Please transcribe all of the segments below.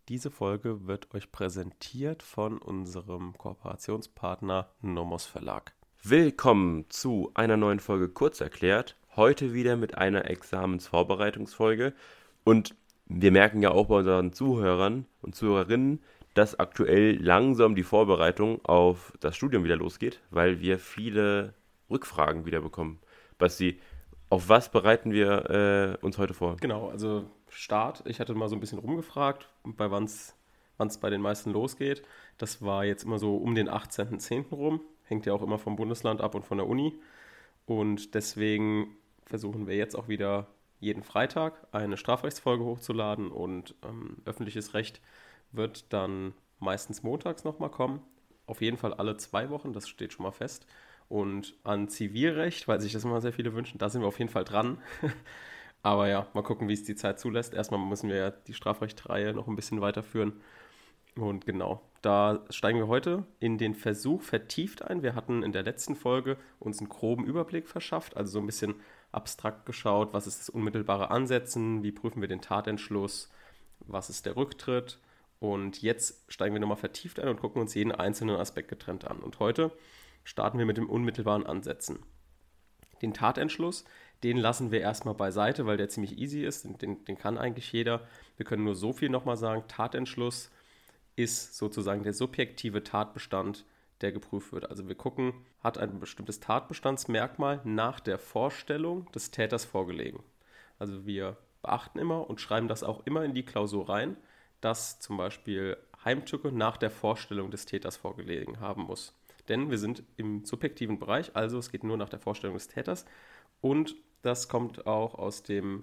Diese Folge wird euch präsentiert von unserem Kooperationspartner Nomos Verlag. Willkommen zu einer neuen Folge Kurzerklärt. Heute wieder mit einer Examensvorbereitungsfolge. Und wir merken ja auch bei unseren Zuhörern und Zuhörerinnen, dass aktuell langsam die Vorbereitung auf das Studium wieder losgeht, weil wir viele Rückfragen wieder bekommen. Basti, auf was bereiten wir uns heute vor? Genau, also Start. Ich hatte mal so ein bisschen rumgefragt, bei wann's bei den meisten losgeht. Das war jetzt immer so um den 18.10. rum. Hängt ja auch immer vom Bundesland ab und von der Uni. Und deswegen versuchen wir jetzt auch wieder jeden Freitag eine Strafrechtsfolge hochzuladen und öffentliches Recht wird dann meistens montags nochmal kommen. Auf jeden Fall alle 2 Wochen, das steht schon mal fest. Und an Zivilrecht, weil sich das immer sehr viele wünschen, da sind wir auf jeden Fall dran. Aber ja, mal gucken, wie es die Zeit zulässt. Erstmal müssen wir ja die Strafrechtreihe noch ein bisschen weiterführen. Und genau, da steigen wir heute in den Versuch vertieft ein. Wir hatten in der letzten Folge uns einen groben Überblick verschafft, also so ein bisschen abstrakt geschaut, was ist das unmittelbare Ansetzen, wie prüfen wir den Tatentschluss, was ist der Rücktritt. Und jetzt steigen wir nochmal vertieft ein und gucken uns jeden einzelnen Aspekt getrennt an. Und heute starten wir mit dem unmittelbaren Ansetzen. Den Tatentschluss, den lassen wir erstmal beiseite, weil der ziemlich easy ist. Den kann eigentlich jeder. Wir können nur so viel nochmal sagen. Tatentschluss ist sozusagen der subjektive Tatbestand, der geprüft wird. Also wir gucken, hat ein bestimmtes Tatbestandsmerkmal nach der Vorstellung des Täters vorgelegen. Also wir beachten immer und schreiben das auch immer in die Klausur rein, dass zum Beispiel Heimtücke nach der Vorstellung des Täters vorgelegen haben muss. Denn wir sind im subjektiven Bereich, also es geht nur nach der Vorstellung des Täters. Und das kommt auch aus dem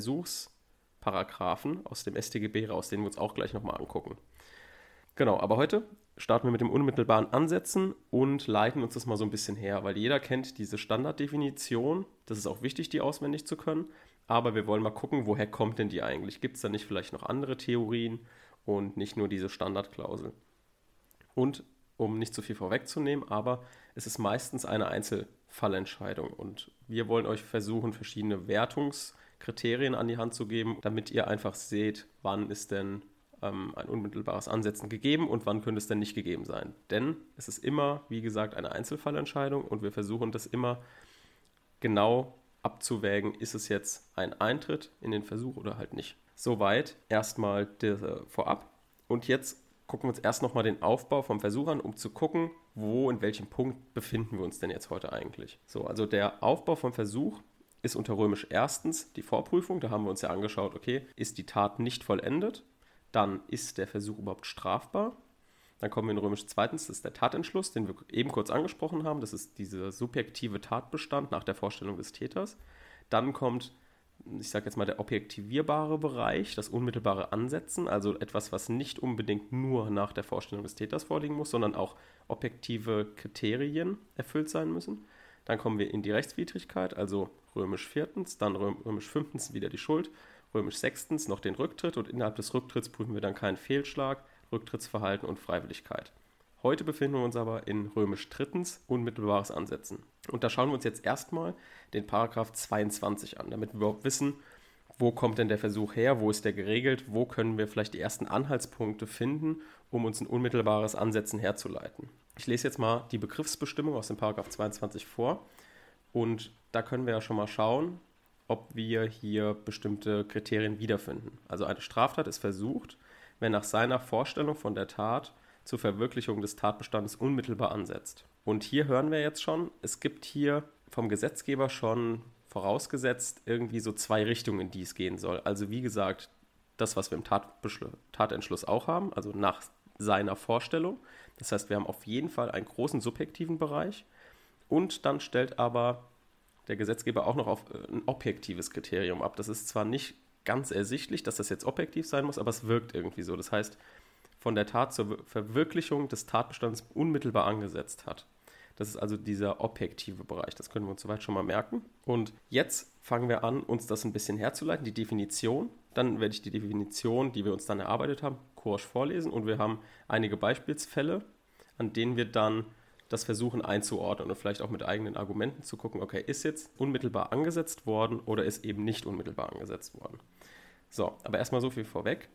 Versuchsparagraphen, aus dem StGB raus, den wir uns auch gleich nochmal angucken. Genau, aber heute starten wir mit dem unmittelbaren Ansetzen und leiten uns das mal so ein bisschen her, weil jeder kennt diese Standarddefinition. Das ist auch wichtig, die auswendig zu können. Aber wir wollen mal gucken, woher kommt denn die eigentlich? Gibt es da nicht vielleicht noch andere Theorien und nicht nur diese Standardklausel? Und um nicht zu viel vorwegzunehmen, aber es ist meistens eine Einzelfallentscheidung. Und wir wollen euch versuchen, verschiedene Wertungskriterien an die Hand zu geben, damit ihr einfach seht, wann ist denn ein unmittelbares Ansetzen gegeben und wann könnte es denn nicht gegeben sein. Denn es ist immer, wie gesagt, eine Einzelfallentscheidung und wir versuchen das immer genau abzuwägen, ist es jetzt ein Eintritt in den Versuch oder halt nicht. Soweit erstmal vorab. Und jetzt gucken wir uns erst nochmal den Aufbau vom Versuch an, um zu gucken, wo, in welchem Punkt befinden wir uns denn jetzt heute eigentlich. So, also der Aufbau vom Versuch ist unter römisch erstens die Vorprüfung. Da haben wir uns ja angeschaut, okay, ist die Tat nicht vollendet? Dann ist der Versuch überhaupt strafbar. Dann kommen wir in römisch zweitens, das ist der Tatentschluss, den wir eben kurz angesprochen haben. Das ist dieser subjektive Tatbestand nach der Vorstellung des Täters. Dann kommt, ich sage jetzt mal, der objektivierbare Bereich, das unmittelbare Ansetzen, also etwas, was nicht unbedingt nur nach der Vorstellung des Täters vorliegen muss, sondern auch objektive Kriterien erfüllt sein müssen. Dann kommen wir in die Rechtswidrigkeit, also römisch viertens, dann römisch fünftens wieder die Schuld, römisch sechstens noch den Rücktritt und innerhalb des Rücktritts prüfen wir dann keinen Fehlschlag, Rücktrittsverhalten und Freiwilligkeit. Heute befinden wir uns aber in römisch drittens, unmittelbares Ansetzen. Und da schauen wir uns jetzt erstmal den Paragraph 22 an, damit wir überhaupt wissen, wo kommt denn der Versuch her, wo ist der geregelt, wo können wir vielleicht die ersten Anhaltspunkte finden, um uns ein unmittelbares Ansetzen herzuleiten. Ich lese jetzt mal die Begriffsbestimmung aus dem Paragraph 22 vor und da können wir ja schon mal schauen, ob wir hier bestimmte Kriterien wiederfinden. Also eine Straftat ist versucht, wenn nach seiner Vorstellung von der Tat zur Verwirklichung des Tatbestandes unmittelbar ansetzt. Und hier hören wir jetzt schon, es gibt hier vom Gesetzgeber schon vorausgesetzt irgendwie so 2 Richtungen, in die es gehen soll. Also wie gesagt, das, was wir im Tatentschluss auch haben, also nach seiner Vorstellung. Das heißt, wir haben auf jeden Fall einen großen subjektiven Bereich und dann stellt aber der Gesetzgeber auch noch auf ein objektives Kriterium ab. Das ist zwar nicht ganz ersichtlich, dass das jetzt objektiv sein muss, aber es wirkt irgendwie so. Das heißt, von der Tat zur Verwirklichung des Tatbestands unmittelbar angesetzt hat. Das ist also dieser objektive Bereich. Das können wir uns soweit schon mal merken. Und jetzt fangen wir an, uns das ein bisschen herzuleiten, die Definition. Dann werde ich die Definition, die wir uns dann erarbeitet haben, kurz vorlesen. Und wir haben einige Beispielsfälle, an denen wir dann das versuchen einzuordnen und vielleicht auch mit eigenen Argumenten zu gucken, okay, ist jetzt unmittelbar angesetzt worden oder ist eben nicht unmittelbar angesetzt worden. So, aber erstmal so viel vorweg.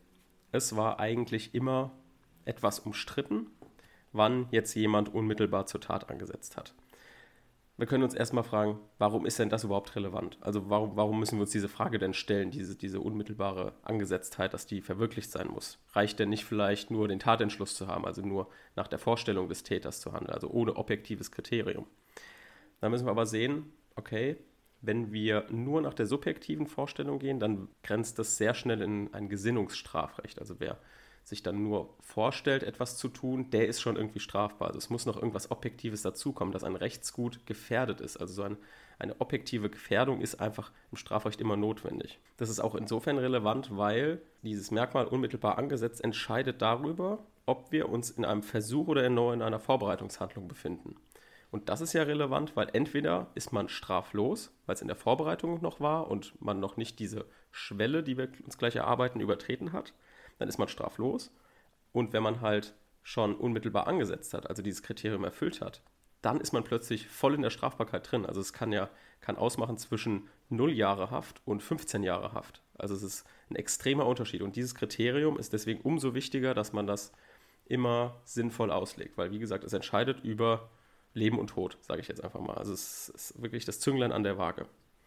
es war eigentlich immer etwas umstritten, wann jetzt jemand unmittelbar zur Tat angesetzt hat. Wir können uns erstmal fragen, warum ist denn das überhaupt relevant? Also warum müssen wir uns diese Frage denn stellen, diese unmittelbare Angesetztheit, dass die verwirklicht sein muss? Reicht denn nicht vielleicht nur den Tatentschluss zu haben, also nur nach der Vorstellung des Täters zu handeln, also ohne objektives Kriterium? Da müssen wir aber sehen, okay, wenn wir nur nach der subjektiven Vorstellung gehen, dann grenzt das sehr schnell in ein Gesinnungsstrafrecht. Also wer sich dann nur vorstellt, etwas zu tun, der ist schon irgendwie strafbar. Also es muss noch irgendwas Objektives dazukommen, dass ein Rechtsgut gefährdet ist. Also eine objektive Gefährdung ist einfach im Strafrecht immer notwendig. Das ist auch insofern relevant, weil dieses Merkmal unmittelbar angesetzt entscheidet darüber, ob wir uns in einem Versuch oder nur in einer Vorbereitungshandlung befinden. Und das ist ja relevant, weil entweder ist man straflos, weil es in der Vorbereitung noch war und man noch nicht diese Schwelle, die wir uns gleich erarbeiten, übertreten hat, dann ist man straflos. Und wenn man halt schon unmittelbar angesetzt hat, also dieses Kriterium erfüllt hat, dann ist man plötzlich voll in der Strafbarkeit drin. Also es kann ausmachen zwischen 0 Jahre Haft und 15 Jahre Haft. Also es ist ein extremer Unterschied. Und dieses Kriterium ist deswegen umso wichtiger, dass man das immer sinnvoll auslegt. Weil, wie gesagt, es entscheidet über Leben und Tod, sage ich jetzt einfach mal. Also es ist wirklich das Zünglein an der Waage.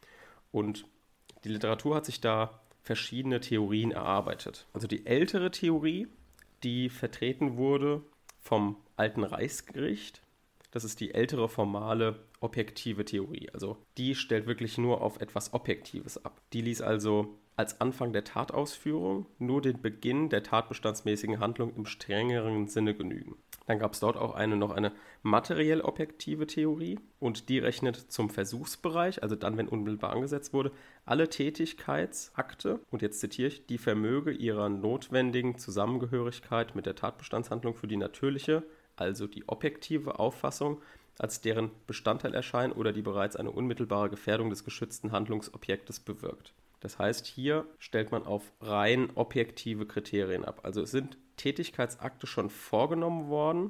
Und die Literatur hat sich da verschiedene Theorien erarbeitet. Also die ältere Theorie, die vertreten wurde vom Alten Reichsgericht, das ist die ältere formale objektive Theorie. Also die stellt wirklich nur auf etwas Objektives ab. Die ließ also als Anfang der Tatausführung nur den Beginn der tatbestandsmäßigen Handlung im strengeren Sinne genügen. Dann gab es dort auch noch eine materiell objektive Theorie und die rechnet zum Versuchsbereich, also dann, wenn unmittelbar angesetzt wurde, alle Tätigkeitsakte, und jetzt zitiere ich, die vermöge ihrer notwendigen Zusammengehörigkeit mit der Tatbestandshandlung für die natürliche, also die objektive Auffassung, als deren Bestandteil erscheinen oder die bereits eine unmittelbare Gefährdung des geschützten Handlungsobjektes bewirkt. Das heißt, hier stellt man auf rein objektive Kriterien ab. Also es sind Tätigkeitsakte schon vorgenommen worden,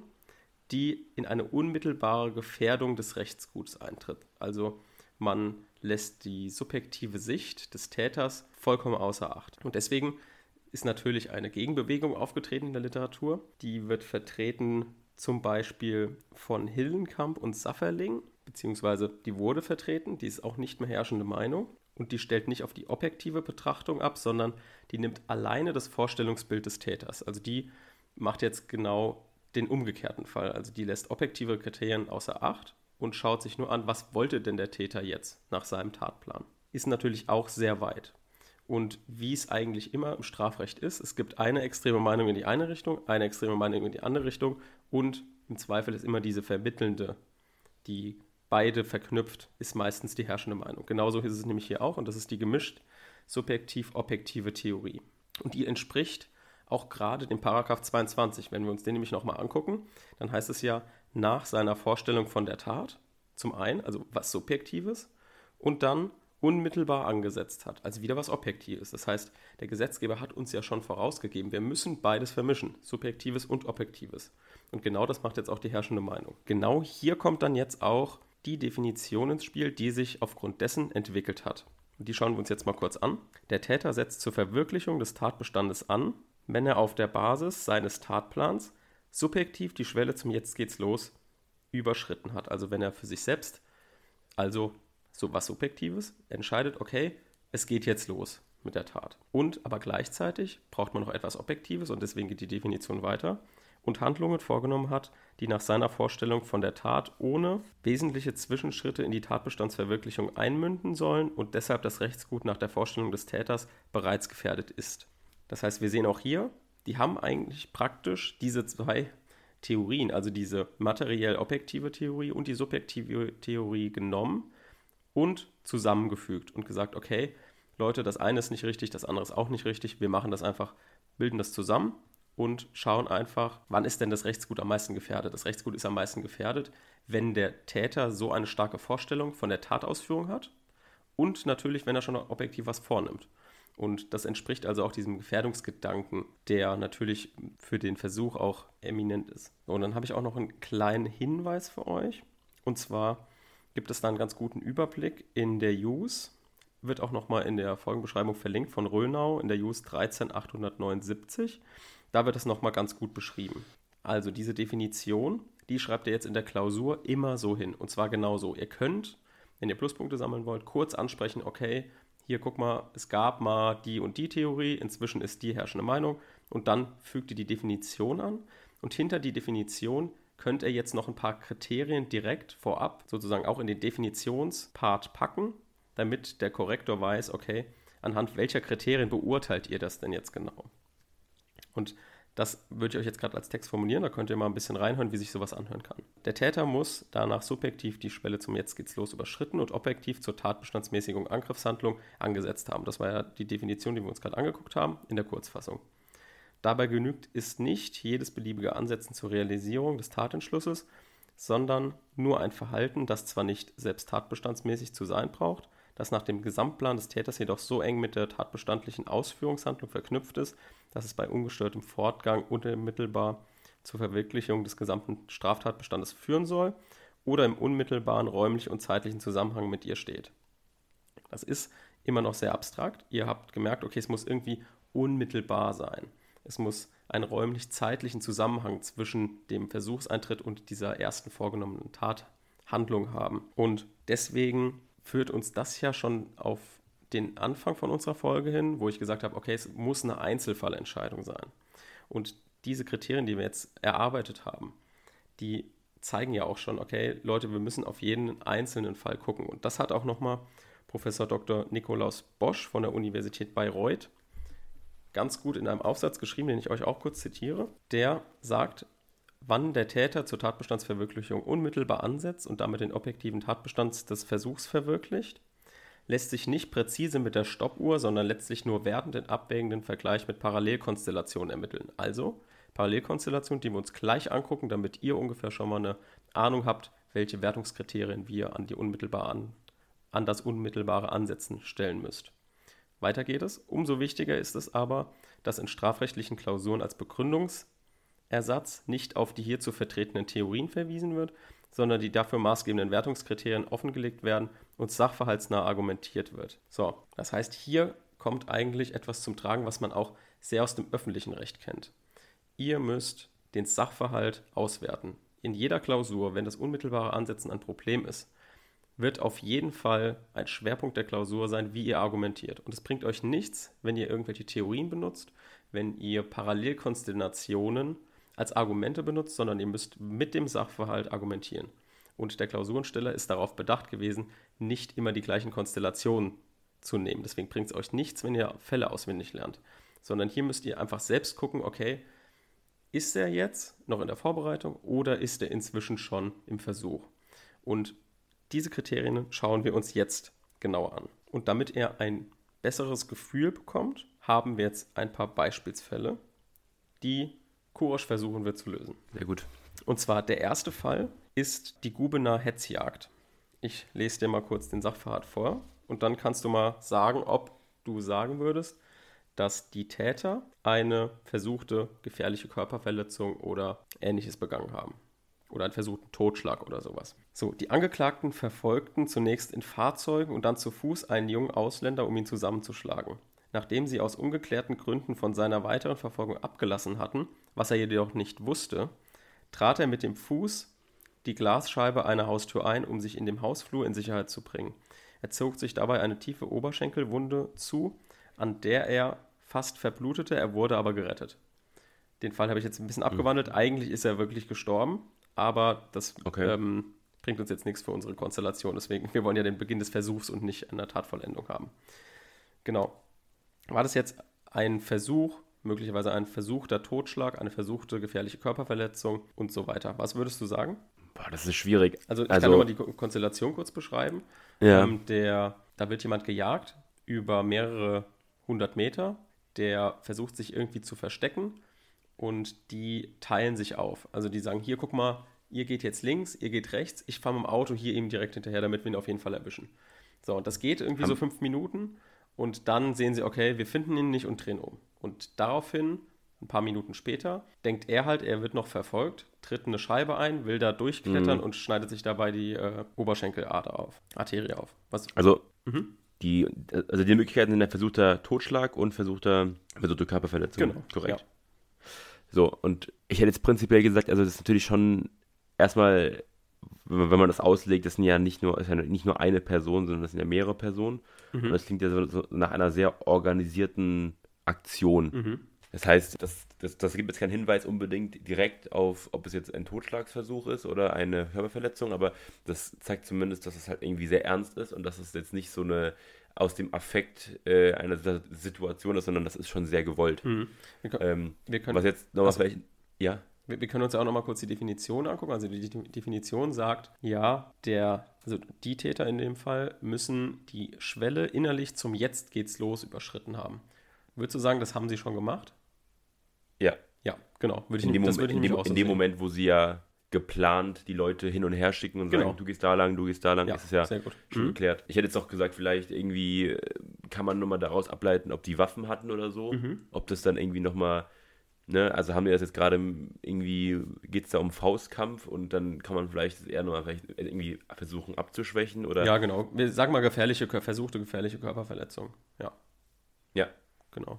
die in eine unmittelbare Gefährdung des Rechtsguts eintritt. Also man lässt die subjektive Sicht des Täters vollkommen außer Acht. Und deswegen ist natürlich eine Gegenbewegung aufgetreten in der Literatur. Die wird vertreten zum Beispiel von Hillenkamp und Safferling, beziehungsweise die wurde vertreten, die ist auch nicht mehr herrschende Meinung. Und die stellt nicht auf die objektive Betrachtung ab, sondern die nimmt alleine das Vorstellungsbild des Täters. Also die macht jetzt genau den umgekehrten Fall. Also die lässt objektive Kriterien außer Acht und schaut sich nur an, was wollte denn der Täter jetzt nach seinem Tatplan. Ist natürlich auch sehr weit. Und wie es eigentlich immer im Strafrecht ist, es gibt eine extreme Meinung in die eine Richtung, eine extreme Meinung in die andere Richtung und im Zweifel ist immer diese vermittelnde, die beide verknüpft, ist meistens die herrschende Meinung. Genauso ist es nämlich hier auch und das ist die gemischt subjektiv-objektive Theorie. Und die entspricht auch gerade dem Paragraph 22. Wenn wir uns den nämlich nochmal angucken, dann heißt es ja, nach seiner Vorstellung von der Tat, zum einen, also was Subjektives, und dann unmittelbar angesetzt hat, also wieder was Objektives. Das heißt, der Gesetzgeber hat uns ja schon vorausgegeben, wir müssen beides vermischen, Subjektives und Objektives. Und genau das macht jetzt auch die herrschende Meinung. Genau hier kommt dann jetzt auch die Definition ins Spiel, die sich aufgrund dessen entwickelt hat. Und die schauen wir uns jetzt mal kurz an. Der Täter setzt zur Verwirklichung des Tatbestandes an, wenn er auf der Basis seines Tatplans subjektiv die Schwelle zum Jetzt geht's los überschritten hat. Also wenn er für sich selbst, also so was Subjektives, entscheidet, okay, es geht jetzt los mit der Tat. Und aber gleichzeitig braucht man noch etwas Objektives und deswegen geht die Definition weiter. Und Handlungen vorgenommen hat, die nach seiner Vorstellung von der Tat ohne wesentliche Zwischenschritte in die Tatbestandsverwirklichung einmünden sollen und deshalb das Rechtsgut nach der Vorstellung des Täters bereits gefährdet ist. Das heißt, wir sehen auch hier, die haben eigentlich praktisch diese zwei Theorien, also diese materiell-objektive Theorie und die subjektive Theorie genommen und zusammengefügt und gesagt, okay, Leute, das eine ist nicht richtig, das andere ist auch nicht richtig, wir machen das einfach, bilden das zusammen und schauen einfach, wann ist denn das Rechtsgut am meisten gefährdet. Das Rechtsgut ist am meisten gefährdet, wenn der Täter so eine starke Vorstellung von der Tatausführung hat und natürlich, wenn er schon objektiv was vornimmt. Und das entspricht also auch diesem Gefährdungsgedanken, der natürlich für den Versuch auch eminent ist. Und dann habe ich auch noch einen kleinen Hinweis für euch. Und zwar gibt es da einen ganz guten Überblick in der JUS wird auch nochmal in der Folgenbeschreibung verlinkt von Rönau in der JUS 13879. Da wird das nochmal ganz gut beschrieben. Also diese Definition, die schreibt ihr jetzt in der Klausur immer so hin. Und zwar genauso. Ihr könnt, wenn ihr Pluspunkte sammeln wollt, kurz ansprechen, okay, hier guck mal, es gab mal die und die Theorie, inzwischen ist die herrschende Meinung. Und dann fügt ihr die Definition an. Und hinter die Definition könnt ihr jetzt noch ein paar Kriterien direkt vorab sozusagen auch in den Definitionspart packen, damit der Korrektor weiß, okay, anhand welcher Kriterien beurteilt ihr das denn jetzt genau? Und das würde ich euch jetzt gerade als Text formulieren, da könnt ihr mal ein bisschen reinhören, wie sich sowas anhören kann. Der Täter muss danach subjektiv die Schwelle zum Jetzt geht's los überschritten und objektiv zur Tatbestandsmäßigung Angriffshandlung angesetzt haben. Das war ja die Definition, die wir uns gerade angeguckt haben, in der Kurzfassung. Dabei genügt es nicht jedes beliebige Ansetzen zur Realisierung des Tatentschlusses, sondern nur ein Verhalten, das zwar nicht selbst tatbestandsmäßig zu sein braucht, das nach dem Gesamtplan des Täters jedoch so eng mit der tatbestandlichen Ausführungshandlung verknüpft ist, dass es bei ungestörtem Fortgang unmittelbar zur Verwirklichung des gesamten Straftatbestandes führen soll oder im unmittelbaren räumlichen und zeitlichen Zusammenhang mit ihr steht. Das ist immer noch sehr abstrakt. Ihr habt gemerkt, okay, es muss irgendwie unmittelbar sein. Es muss einen räumlich-zeitlichen Zusammenhang zwischen dem Versuchseintritt und dieser ersten vorgenommenen Tathandlung haben. Und deswegen führt uns das ja schon auf den Anfang von unserer Folge hin, wo ich gesagt habe, okay, es muss eine Einzelfallentscheidung sein. Und diese Kriterien, die wir jetzt erarbeitet haben, die zeigen ja auch schon, okay, Leute, wir müssen auf jeden einzelnen Fall gucken. Und das hat auch nochmal Professor Dr. Nikolaus Bosch von der Universität Bayreuth ganz gut in einem Aufsatz geschrieben, den ich euch auch kurz zitiere. Der sagt, wann der Täter zur Tatbestandsverwirklichung unmittelbar ansetzt und damit den objektiven Tatbestand des Versuchs verwirklicht, lässt sich nicht präzise mit der Stoppuhr, sondern letztlich nur wertend in abwägenden Vergleich mit Parallelkonstellationen ermitteln. Also Parallelkonstellationen, die wir uns gleich angucken, damit ihr ungefähr schon mal eine Ahnung habt, welche Wertungskriterien wir an das unmittelbare Ansetzen stellen müsst. Weiter geht es. Umso wichtiger ist es aber, dass in strafrechtlichen Klausuren als Begründungsersatz nicht auf die hierzu vertretenen Theorien verwiesen wird, sondern die dafür maßgebenden Wertungskriterien offengelegt werden und sachverhaltsnah argumentiert wird. So, das heißt, hier kommt eigentlich etwas zum Tragen, was man auch sehr aus dem öffentlichen Recht kennt. Ihr müsst den Sachverhalt auswerten. In jeder Klausur, wenn das unmittelbare Ansetzen ein Problem ist, wird auf jeden Fall ein Schwerpunkt der Klausur sein, wie ihr argumentiert. Und es bringt euch nichts, wenn ihr irgendwelche Theorien benutzt, wenn ihr Parallelkonstellationen als Argumente benutzt, sondern ihr müsst mit dem Sachverhalt argumentieren. Und der Klausurensteller ist darauf bedacht gewesen, nicht immer die gleichen Konstellationen zu nehmen. Deswegen bringt es euch nichts, wenn ihr Fälle auswendig lernt. Sondern hier müsst ihr einfach selbst gucken, okay, ist er jetzt noch in der Vorbereitung oder ist er inzwischen schon im Versuch? Und diese Kriterien schauen wir uns jetzt genauer an. Und damit ihr ein besseres Gefühl bekommt, haben wir jetzt ein paar Beispielsfälle, die Kurosch versuchen wir zu lösen. Sehr gut. Und zwar der erste Fall ist die Gubener Hetzjagd. Ich lese dir mal kurz den Sachverhalt vor und dann kannst du mal sagen, ob du sagen würdest, dass die Täter eine versuchte gefährliche Körperverletzung oder Ähnliches begangen haben. Oder einen versuchten Totschlag oder sowas. So, die Angeklagten verfolgten zunächst in Fahrzeugen und dann zu Fuß einen jungen Ausländer, um ihn zusammenzuschlagen. Nachdem sie aus ungeklärten Gründen von seiner weiteren Verfolgung abgelassen hatten, was er jedoch nicht wusste, trat er mit dem Fuß die Glasscheibe einer Haustür ein, um sich in dem Hausflur in Sicherheit zu bringen. Er zog sich dabei eine tiefe Oberschenkelwunde zu, an der er fast verblutete, er wurde aber gerettet. Den Fall habe ich jetzt ein bisschen abgewandelt. Eigentlich ist er wirklich gestorben. Aber das bringt uns jetzt nichts für unsere Konstellation. Deswegen, wir wollen ja den Beginn des Versuchs und nicht eine Tatvollendung haben. Genau. War das jetzt ein Versuch, möglicherweise ein versuchter Totschlag, eine versuchte gefährliche Körperverletzung und so weiter? Was würdest du sagen? Boah, das ist schwierig. Also ich kann nochmal die Konstellation kurz beschreiben. Ja. Da wird jemand gejagt über mehrere 100 Meter. Der versucht sich irgendwie zu verstecken. Und die teilen sich auf. Also die sagen, hier, guck mal, ihr geht jetzt links, ihr geht rechts, ich fahre mit dem Auto hier ihm direkt hinterher, damit wir ihn auf jeden Fall erwischen. So, und das geht irgendwie so 5 Minuten und dann sehen sie, okay, wir finden ihn nicht und drehen um. Und daraufhin, ein paar Minuten später, denkt er halt, er wird noch verfolgt, tritt eine Scheibe ein, will da durchklettern und schneidet sich dabei die Oberschenkelader auf, Arterie auf. Was? Also, Also die Möglichkeiten sind ja versuchter Totschlag und versuchte Körperverletzung. Genau, Korrekt. ja. So, und ich hätte jetzt prinzipiell gesagt, also das ist natürlich schon erstmal, wenn man das auslegt, das ist ja nicht nur eine Person, sondern das sind ja mehrere Personen. Und das klingt ja so nach einer sehr organisierten Aktion. Das heißt, das gibt jetzt keinen Hinweis unbedingt direkt auf, ob es jetzt ein Totschlagsversuch ist oder eine Körperverletzung, aber das zeigt zumindest, dass es halt irgendwie sehr ernst ist und dass es jetzt nicht so eine aus dem Affekt einer Situation ist, sondern das ist schon sehr gewollt. Wir können, Was jetzt nochmal vielleicht, ja, wir können uns ja auch nochmal kurz die Definition angucken. Also die Definition sagt, ja, also die Täter in dem Fall müssen die Schwelle innerlich zum Jetzt geht's los überschritten haben. Würdest du sagen, das haben sie schon gemacht? ja. Ja, genau. In dem Moment, wo sie ja geplant die Leute hin und her schicken und sagen, du gehst da lang, Ja, ist es ja sehr gut. schon geklärt. Ich hätte jetzt auch gesagt, vielleicht irgendwie kann man nochmal daraus ableiten, ob die Waffen hatten oder so. Ob das dann irgendwie nochmal, ne, also haben wir das jetzt gerade irgendwie, geht es da um Faustkampf und dann kann man vielleicht eher nochmal irgendwie versuchen abzuschwächen oder. Ja, genau. Wir sagen mal versuchte gefährliche Körperverletzung. Ja. Ja. Genau.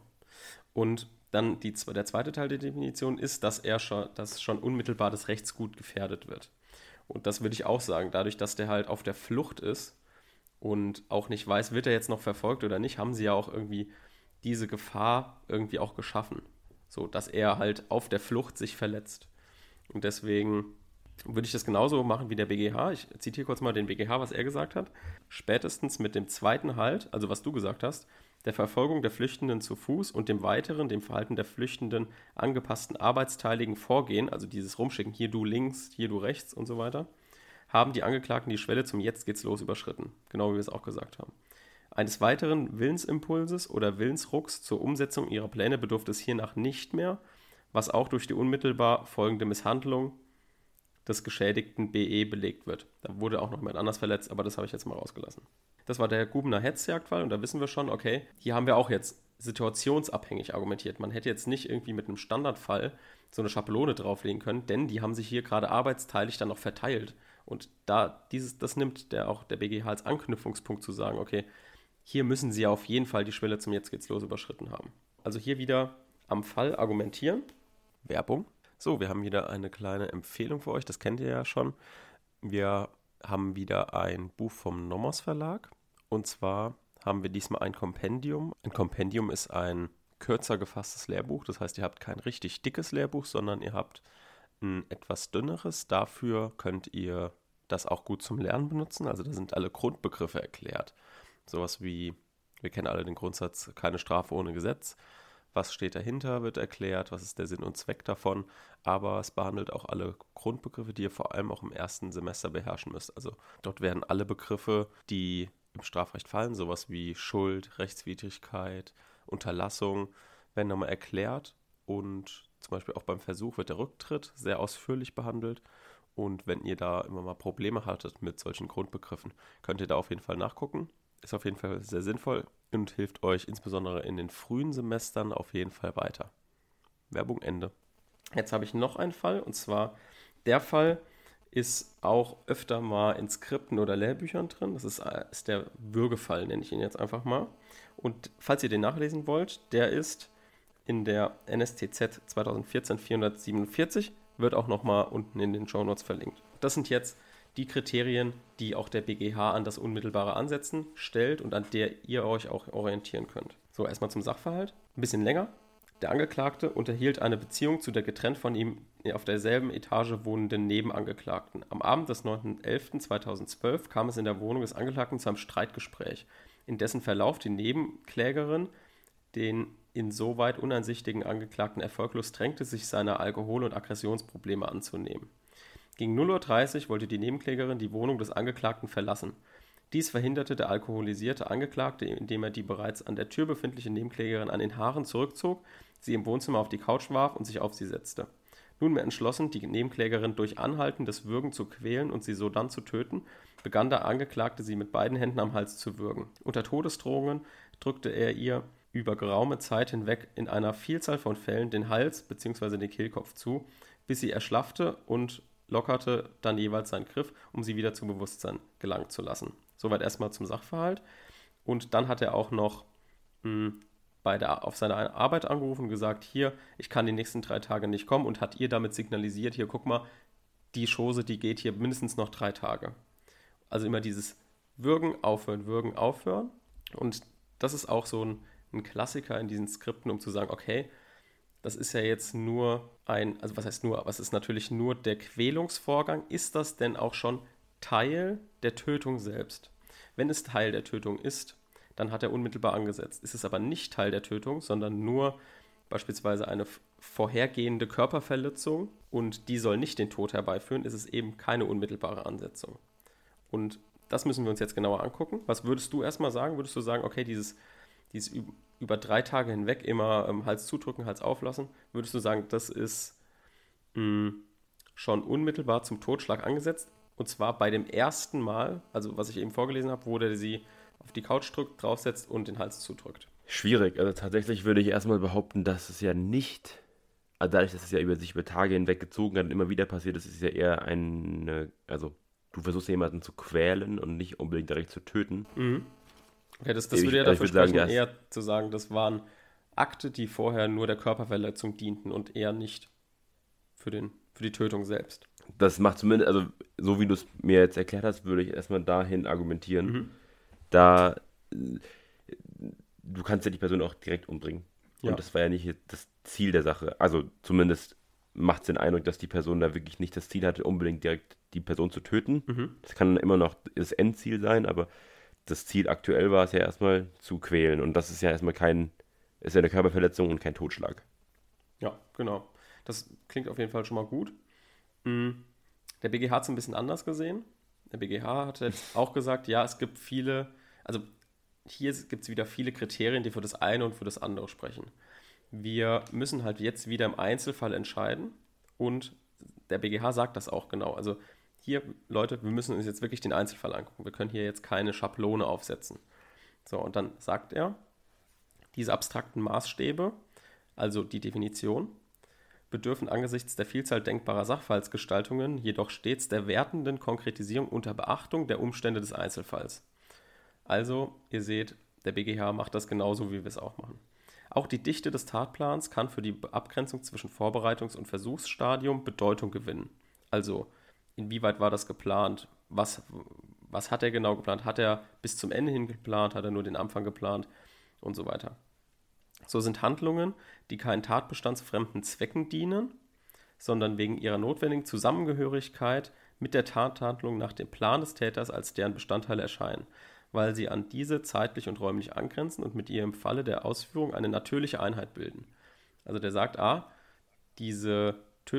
Und dann der zweite Teil der Definition ist, dass schon unmittelbar das Rechtsgut gefährdet wird. Und das würde ich auch sagen, dadurch, dass der halt auf der Flucht ist und auch nicht weiß, wird er jetzt noch verfolgt oder nicht, haben sie ja auch irgendwie diese Gefahr irgendwie auch geschaffen. So, dass er halt auf der Flucht sich verletzt. Und deswegen würde ich das genauso machen wie der BGH. Ich zitiere kurz mal den BGH, was er gesagt hat. Spätestens mit dem zweiten Halt, also was du gesagt hast, der Verfolgung der Flüchtenden zu Fuß und dem weiteren, dem Verhalten der Flüchtenden angepassten arbeitsteiligen Vorgehen, also dieses Rumschicken, hier du links, hier du rechts und so weiter, haben die Angeklagten die Schwelle zum Jetzt geht's los überschritten. Genau wie wir es auch gesagt haben. Eines weiteren Willensimpulses oder Willensrucks zur Umsetzung ihrer Pläne bedurfte es hiernach nicht mehr, was auch durch die unmittelbar folgende Misshandlung des Geschädigten BE belegt wird. Da wurde auch noch jemand anders verletzt, aber das habe ich jetzt mal rausgelassen. Das war der Gubener Hetzjagdfall und da wissen wir schon, okay, hier haben wir auch jetzt situationsabhängig argumentiert. Man hätte jetzt nicht irgendwie mit einem Standardfall so eine Schablone drauflegen können, denn die haben sich hier gerade arbeitsteilig dann noch verteilt. Und das nimmt auch der BGH als Anknüpfungspunkt zu sagen, okay, hier müssen sie auf jeden Fall die Schwelle zum Jetzt geht's los überschritten haben. Also hier wieder am Fall argumentieren. Werbung. So, wir haben wieder eine kleine Empfehlung für euch, das kennt ihr ja schon. Wir haben wieder ein Buch vom Nomos Verlag und zwar haben wir diesmal ein Kompendium. Ein Kompendium ist ein kürzer gefasstes Lehrbuch, das heißt, ihr habt kein richtig dickes Lehrbuch, sondern ihr habt ein etwas dünneres. Dafür könnt ihr das auch gut zum Lernen benutzen, also da sind alle Grundbegriffe erklärt. Sowas wie, wir kennen alle den Grundsatz, keine Strafe ohne Gesetz. Was steht dahinter, wird erklärt, was ist der Sinn und Zweck davon, aber es behandelt auch alle Grundbegriffe, die ihr vor allem auch im ersten Semester beherrschen müsst. Also dort werden alle Begriffe, die im Strafrecht fallen, sowas wie Schuld, Rechtswidrigkeit, Unterlassung, werden nochmal erklärt und zum Beispiel auch beim Versuch wird der Rücktritt sehr ausführlich behandelt. Und wenn ihr da immer mal Probleme hattet mit solchen Grundbegriffen, könnt ihr da auf jeden Fall nachgucken. Ist auf jeden Fall sehr sinnvoll und hilft euch insbesondere in den frühen Semestern auf jeden Fall weiter. Werbung Ende. Jetzt habe ich noch einen Fall und zwar der Fall ist auch öfter mal in Skripten oder Lehrbüchern drin. Das ist der Würgefall, nenne ich ihn jetzt einfach mal. Und falls ihr den nachlesen wollt, der ist in der NSTZ 2014 447, wird auch nochmal unten in den Shownotes verlinkt. Das sind jetzt die Kriterien, die auch der BGH an das unmittelbare Ansetzen stellt und an der ihr euch auch orientieren könnt. So, erstmal zum Sachverhalt. Ein bisschen länger. Der Angeklagte unterhielt eine Beziehung zu der getrennt von ihm auf derselben Etage wohnenden Nebenangeklagten. Am Abend des 9.11.2012 kam es in der Wohnung des Angeklagten zu einem Streitgespräch, in dessen Verlauf die Nebenklägerin den insoweit uneinsichtigen Angeklagten erfolglos drängte, sich seiner Alkohol- und Aggressionsprobleme anzunehmen. Gegen 0:30 Uhr wollte die Nebenklägerin die Wohnung des Angeklagten verlassen. Dies verhinderte der alkoholisierte Angeklagte, indem er die bereits an der Tür befindliche Nebenklägerin an den Haaren zurückzog, sie im Wohnzimmer auf die Couch warf und sich auf sie setzte. Nunmehr entschlossen, die Nebenklägerin durch anhaltendes Würgen zu quälen und sie sodann zu töten, begann der Angeklagte, sie mit beiden Händen am Hals zu würgen. Unter Todesdrohungen drückte er ihr über geraume Zeit hinweg in einer Vielzahl von Fällen den Hals bzw. den Kehlkopf zu, bis sie erschlaffte und lockerte dann jeweils seinen Griff, um sie wieder zum Bewusstsein gelangen zu lassen. Soweit erstmal zum Sachverhalt. Und dann hat er auch noch auf seine Arbeit angerufen und gesagt, hier, ich kann die nächsten 3 Tage nicht kommen und hat ihr damit signalisiert, hier, guck mal, die Chose, die geht hier mindestens noch 3 Tage. Also immer dieses Würgen, aufhören. Und das ist auch so ein Klassiker in diesen Skripten, um zu sagen, okay, das ist ja jetzt nur also was heißt nur, aber es ist natürlich nur der Quälungsvorgang. Ist das denn auch schon Teil der Tötung selbst? Wenn es Teil der Tötung ist, dann hat er unmittelbar angesetzt. Ist es aber nicht Teil der Tötung, sondern nur beispielsweise eine vorhergehende Körperverletzung und die soll nicht den Tod herbeiführen, ist es eben keine unmittelbare Ansetzung. Und das müssen wir uns jetzt genauer angucken. Was würdest du erstmal sagen? Würdest du sagen, okay, dieses über 3 Tage hinweg immer Hals zudrücken, Hals auflassen, würdest du sagen, das ist schon unmittelbar zum Totschlag angesetzt? Und zwar bei dem ersten Mal, also was ich eben vorgelesen habe, wo der sie auf die Couch drückt, draufsetzt und den Hals zudrückt. Schwierig. Also tatsächlich würde ich erstmal behaupten, dass es ja nicht, also dadurch, dass es ja über Tage hinweg gezogen hat und immer wieder passiert, ist es ja eher also du versuchst jemanden zu quälen und nicht unbedingt direkt zu töten. Mhm. Okay, das würde ja dafür sprechen, eher zu sagen, das waren Akte, die vorher nur der Körperverletzung dienten und eher nicht für die Tötung selbst. Das macht zumindest, also so wie du es mir jetzt erklärt hast, würde ich erstmal dahin argumentieren. Mhm. Da du kannst ja die Person auch direkt umbringen. Ja. Und das war ja nicht das Ziel der Sache. Also zumindest macht es den Eindruck, dass die Person da wirklich nicht das Ziel hatte, unbedingt direkt die Person zu töten. Mhm. Das kann dann immer noch das Endziel sein, aber das Ziel aktuell war es ja erstmal zu quälen. Und das ist ja erstmal ist ja eine Körperverletzung und kein Totschlag. Ja, genau. Das klingt auf jeden Fall schon mal gut. Der BGH hat es ein bisschen anders gesehen. Der BGH hat jetzt auch gesagt, ja, es gibt also hier gibt es wieder viele Kriterien, die für das eine und für das andere sprechen. Wir müssen halt jetzt wieder im Einzelfall entscheiden und der BGH sagt das auch genau. Also hier, Leute, wir müssen uns jetzt wirklich den Einzelfall angucken. Wir können hier jetzt keine Schablone aufsetzen. So, und dann sagt er, diese abstrakten Maßstäbe, also die Definition, bedürfen angesichts der Vielzahl denkbarer Sachverhaltsgestaltungen jedoch stets der wertenden Konkretisierung unter Beachtung der Umstände des Einzelfalls. Also, ihr seht, der BGH macht das genauso, wie wir es auch machen. Auch die Dichte des Tatplans kann für die Abgrenzung zwischen Vorbereitungs- und Versuchsstadium Bedeutung gewinnen. Also, inwieweit war das geplant? Was hat er genau geplant? Hat er bis zum Ende hin geplant? Hat er nur den Anfang geplant? Und so weiter. So sind Handlungen, die keinen tatbestandsfremden Zwecken dienen, sondern wegen ihrer notwendigen Zusammengehörigkeit mit der Tathandlung nach dem Plan des Täters als deren Bestandteile erscheinen, weil sie an diese zeitlich und räumlich angrenzen und mit ihr im Falle der Ausführung eine natürliche Einheit bilden. Also der sagt, dieser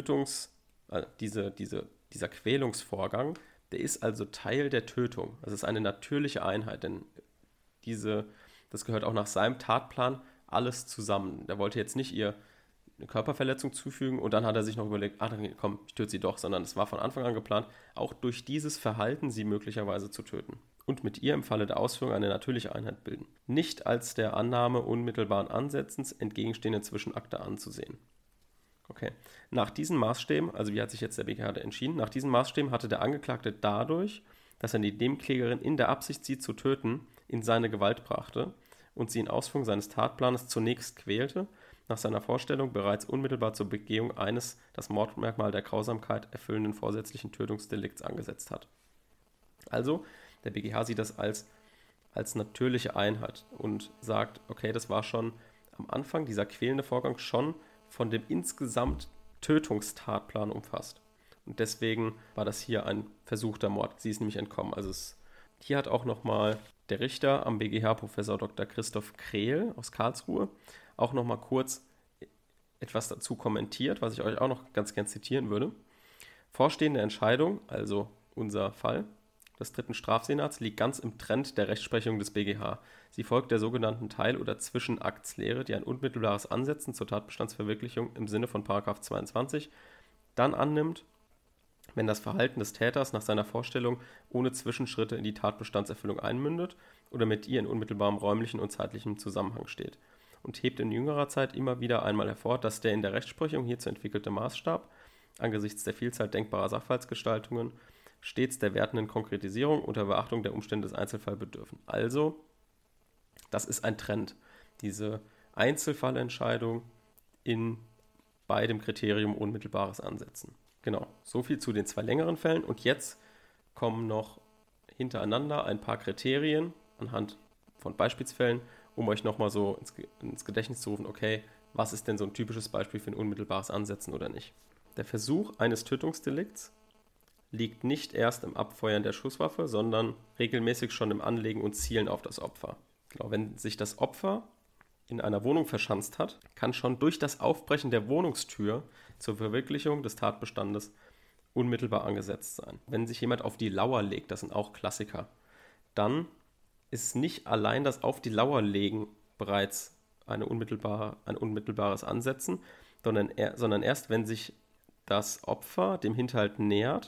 Quälungsvorgang, der ist also Teil der Tötung. Das ist eine natürliche Einheit, denn das gehört auch nach seinem Tatplan alles zusammen. Der wollte jetzt nicht ihr eine Körperverletzung zufügen und dann hat er sich noch überlegt, dann komm, ich töte sie doch, sondern es war von Anfang an geplant, auch durch dieses Verhalten sie möglicherweise zu töten und mit ihr im Falle der Ausführung eine natürliche Einheit bilden. Nicht als der Annahme unmittelbaren Ansetzens entgegenstehende Zwischenakte anzusehen. Okay. Nach diesen Maßstäben, also wie hat sich jetzt der BGH entschieden, nach diesen Maßstäben hatte der Angeklagte dadurch, dass er die Nebenklägerin in der Absicht, sie zu töten, in seine Gewalt brachte und sie in Ausführung seines Tatplanes zunächst quälte, nach seiner Vorstellung bereits unmittelbar zur Begehung eines das Mordmerkmal der Grausamkeit erfüllenden vorsätzlichen Tötungsdelikts angesetzt hat. Also, der BGH sieht das als natürliche Einheit und sagt, okay, das war schon am Anfang, dieser quälende Vorgang schon von dem insgesamt Tötungstatplan umfasst. Und deswegen war das hier ein versuchter Mord. Sie ist nämlich entkommen. Also hier hat auch nochmal der Richter am BGH, Professor Dr. Christoph Krehl aus Karlsruhe, auch nochmal kurz etwas dazu kommentiert, was ich euch auch noch ganz gern zitieren würde. Vorstehende Entscheidung, also unser Fall des dritten Strafsenats, liegt ganz im Trend der Rechtsprechung des BGH. Sie folgt der sogenannten Teil- oder Zwischenaktlehre, die ein unmittelbares Ansetzen zur Tatbestandsverwirklichung im Sinne von § 22 dann annimmt, wenn das Verhalten des Täters nach seiner Vorstellung ohne Zwischenschritte in die Tatbestandserfüllung einmündet oder mit ihr in unmittelbarem räumlichen und zeitlichem Zusammenhang steht. Und hebt in jüngerer Zeit immer wieder einmal hervor, dass der in der Rechtsprechung hierzu entwickelte Maßstab angesichts der Vielzahl denkbarer Sachverhaltsgestaltungen stets der wertenden Konkretisierung unter Beachtung der Umstände des Einzelfalls bedürfen. Also, Das ist ein Trend. Diese Einzelfallentscheidung bei dem Kriterium unmittelbares Ansetzen. Genau, so viel zu den 2 längeren Fällen. Und jetzt kommen noch hintereinander ein paar Kriterien anhand von Beispielsfällen, um euch nochmal so ins Gedächtnis zu rufen, okay, was ist denn so ein typisches Beispiel für ein unmittelbares Ansetzen oder nicht? Der Versuch eines Tötungsdelikts liegt nicht erst im Abfeuern der Schusswaffe, sondern regelmäßig schon im Anlegen und Zielen auf das Opfer. Genau, wenn sich das Opfer in einer Wohnung verschanzt hat, kann schon durch das Aufbrechen der Wohnungstür zur Verwirklichung des Tatbestandes unmittelbar angesetzt sein. Wenn sich jemand auf die Lauer legt, das sind auch Klassiker, dann ist nicht allein das auf die Lauer legen bereits ein unmittelbares Ansetzen, sondern erst, wenn sich das Opfer dem Hinterhalt nähert,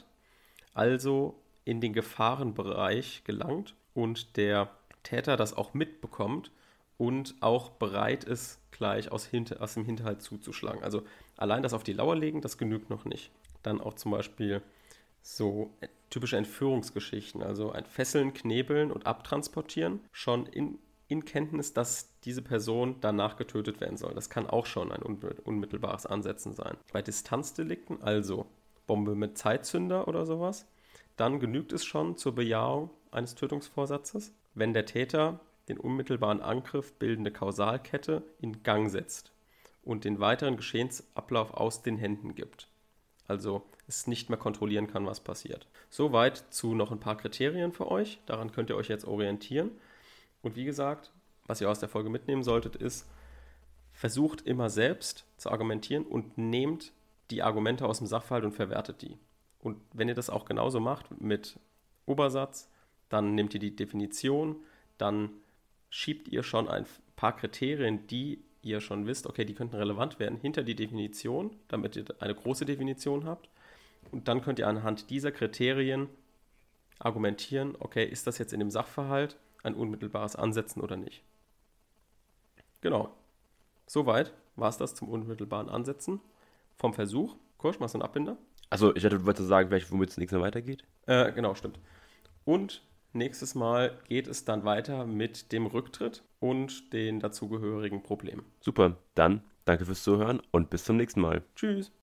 also in den Gefahrenbereich gelangt und der Täter das auch mitbekommt und auch bereit ist, gleich aus dem Hinterhalt zuzuschlagen. Also allein das auf die Lauer legen, das genügt noch nicht. Dann auch zum Beispiel so typische Entführungsgeschichten, also ein Fesseln, Knebeln und Abtransportieren, schon in Kenntnis, dass diese Person danach getötet werden soll. Das kann auch schon ein unmittelbares Ansetzen sein. Bei Distanzdelikten, also Bombe mit Zeitzünder oder sowas, dann genügt es schon zur Bejahung eines Tötungsvorsatzes, wenn der Täter den unmittelbaren Angriff bildende Kausalkette in Gang setzt und den weiteren Geschehensablauf aus den Händen gibt. Also es nicht mehr kontrollieren kann, was passiert. Soweit zu noch ein paar Kriterien für euch. Daran könnt ihr euch jetzt orientieren. Und wie gesagt, was ihr aus der Folge mitnehmen solltet, ist, versucht immer selbst zu argumentieren und nehmt die Argumente aus dem Sachverhalt und verwertet die. Und wenn ihr das auch genauso macht mit Obersatz, dann nehmt ihr die Definition, dann schiebt ihr schon ein paar Kriterien, die ihr schon wisst, okay, die könnten relevant werden, hinter die Definition, damit ihr eine große Definition habt. Und dann könnt ihr anhand dieser Kriterien argumentieren, okay, ist das jetzt in dem Sachverhalt ein unmittelbares Ansetzen oder nicht. Genau. Soweit war es das zum unmittelbaren Ansetzen vom Versuch. Kursch, machst du einen Abbinder? Also ich dachte, du wolltest sagen, vielleicht womit es nächstes Mal weitergeht? Genau, stimmt. Und nächstes Mal geht es dann weiter mit dem Rücktritt und den dazugehörigen Problemen. Super, dann danke fürs Zuhören und bis zum nächsten Mal. Tschüss.